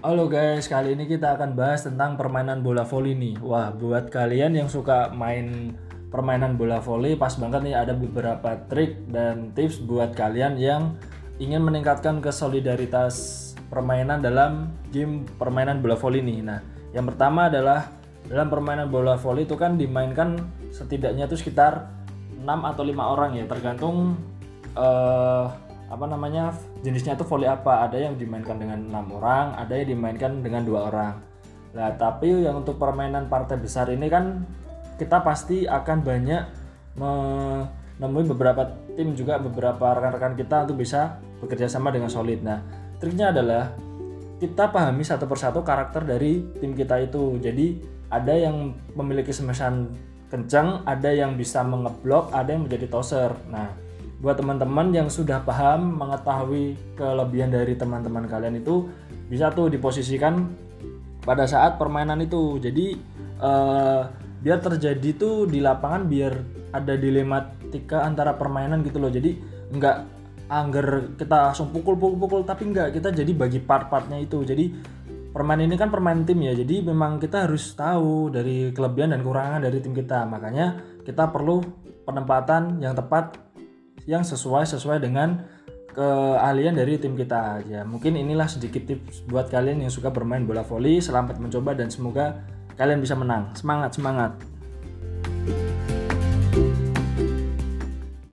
Halo guys, kali ini kita akan bahas tentang permainan bola voli nih. Wah, buat kalian yang suka main permainan bola voli, pas banget nih ada beberapa trik dan tips buat kalian yang ingin meningkatkan kesolidaritas permainan dalam game permainan bola voli nih. Nah, yang pertama adalah dalam permainan bola voli itu kan dimainkan setidaknya itu sekitar 6 atau 5 orang ya, tergantung jenisnya tuh volley apa. Ada yang dimainkan dengan 6 orang, ada yang dimainkan dengan 2 orang. Nah, tapi yang untuk permainan partai besar ini kan kita pasti akan banyak menemui beberapa tim juga, beberapa rekan-rekan kita untuk bisa bekerja sama dengan solid. Nah, triknya adalah kita pahami satu persatu karakter dari tim kita itu. Jadi ada yang memiliki smashan kencang, ada yang bisa mengeblok, ada yang menjadi tosser. Nah, buat teman-teman yang sudah paham mengetahui kelebihan dari teman-teman kalian itu, bisa tuh diposisikan pada saat permainan itu. Jadi biar terjadi tuh di lapangan, biar ada dilematika antara permainan gitu loh. Jadi nggak angger kita langsung pukul, tapi nggak, kita jadi bagi part-partnya itu. Jadi permainan ini kan permainan tim ya, jadi memang kita harus tahu dari kelebihan dan kekurangan dari tim kita. Makanya kita perlu penempatan yang tepat, yang sesuai dengan keahlian dari tim kita aja. Mungkin inilah sedikit tips buat kalian yang suka bermain bola voli. Selamat mencoba dan semoga kalian bisa menang. Semangat!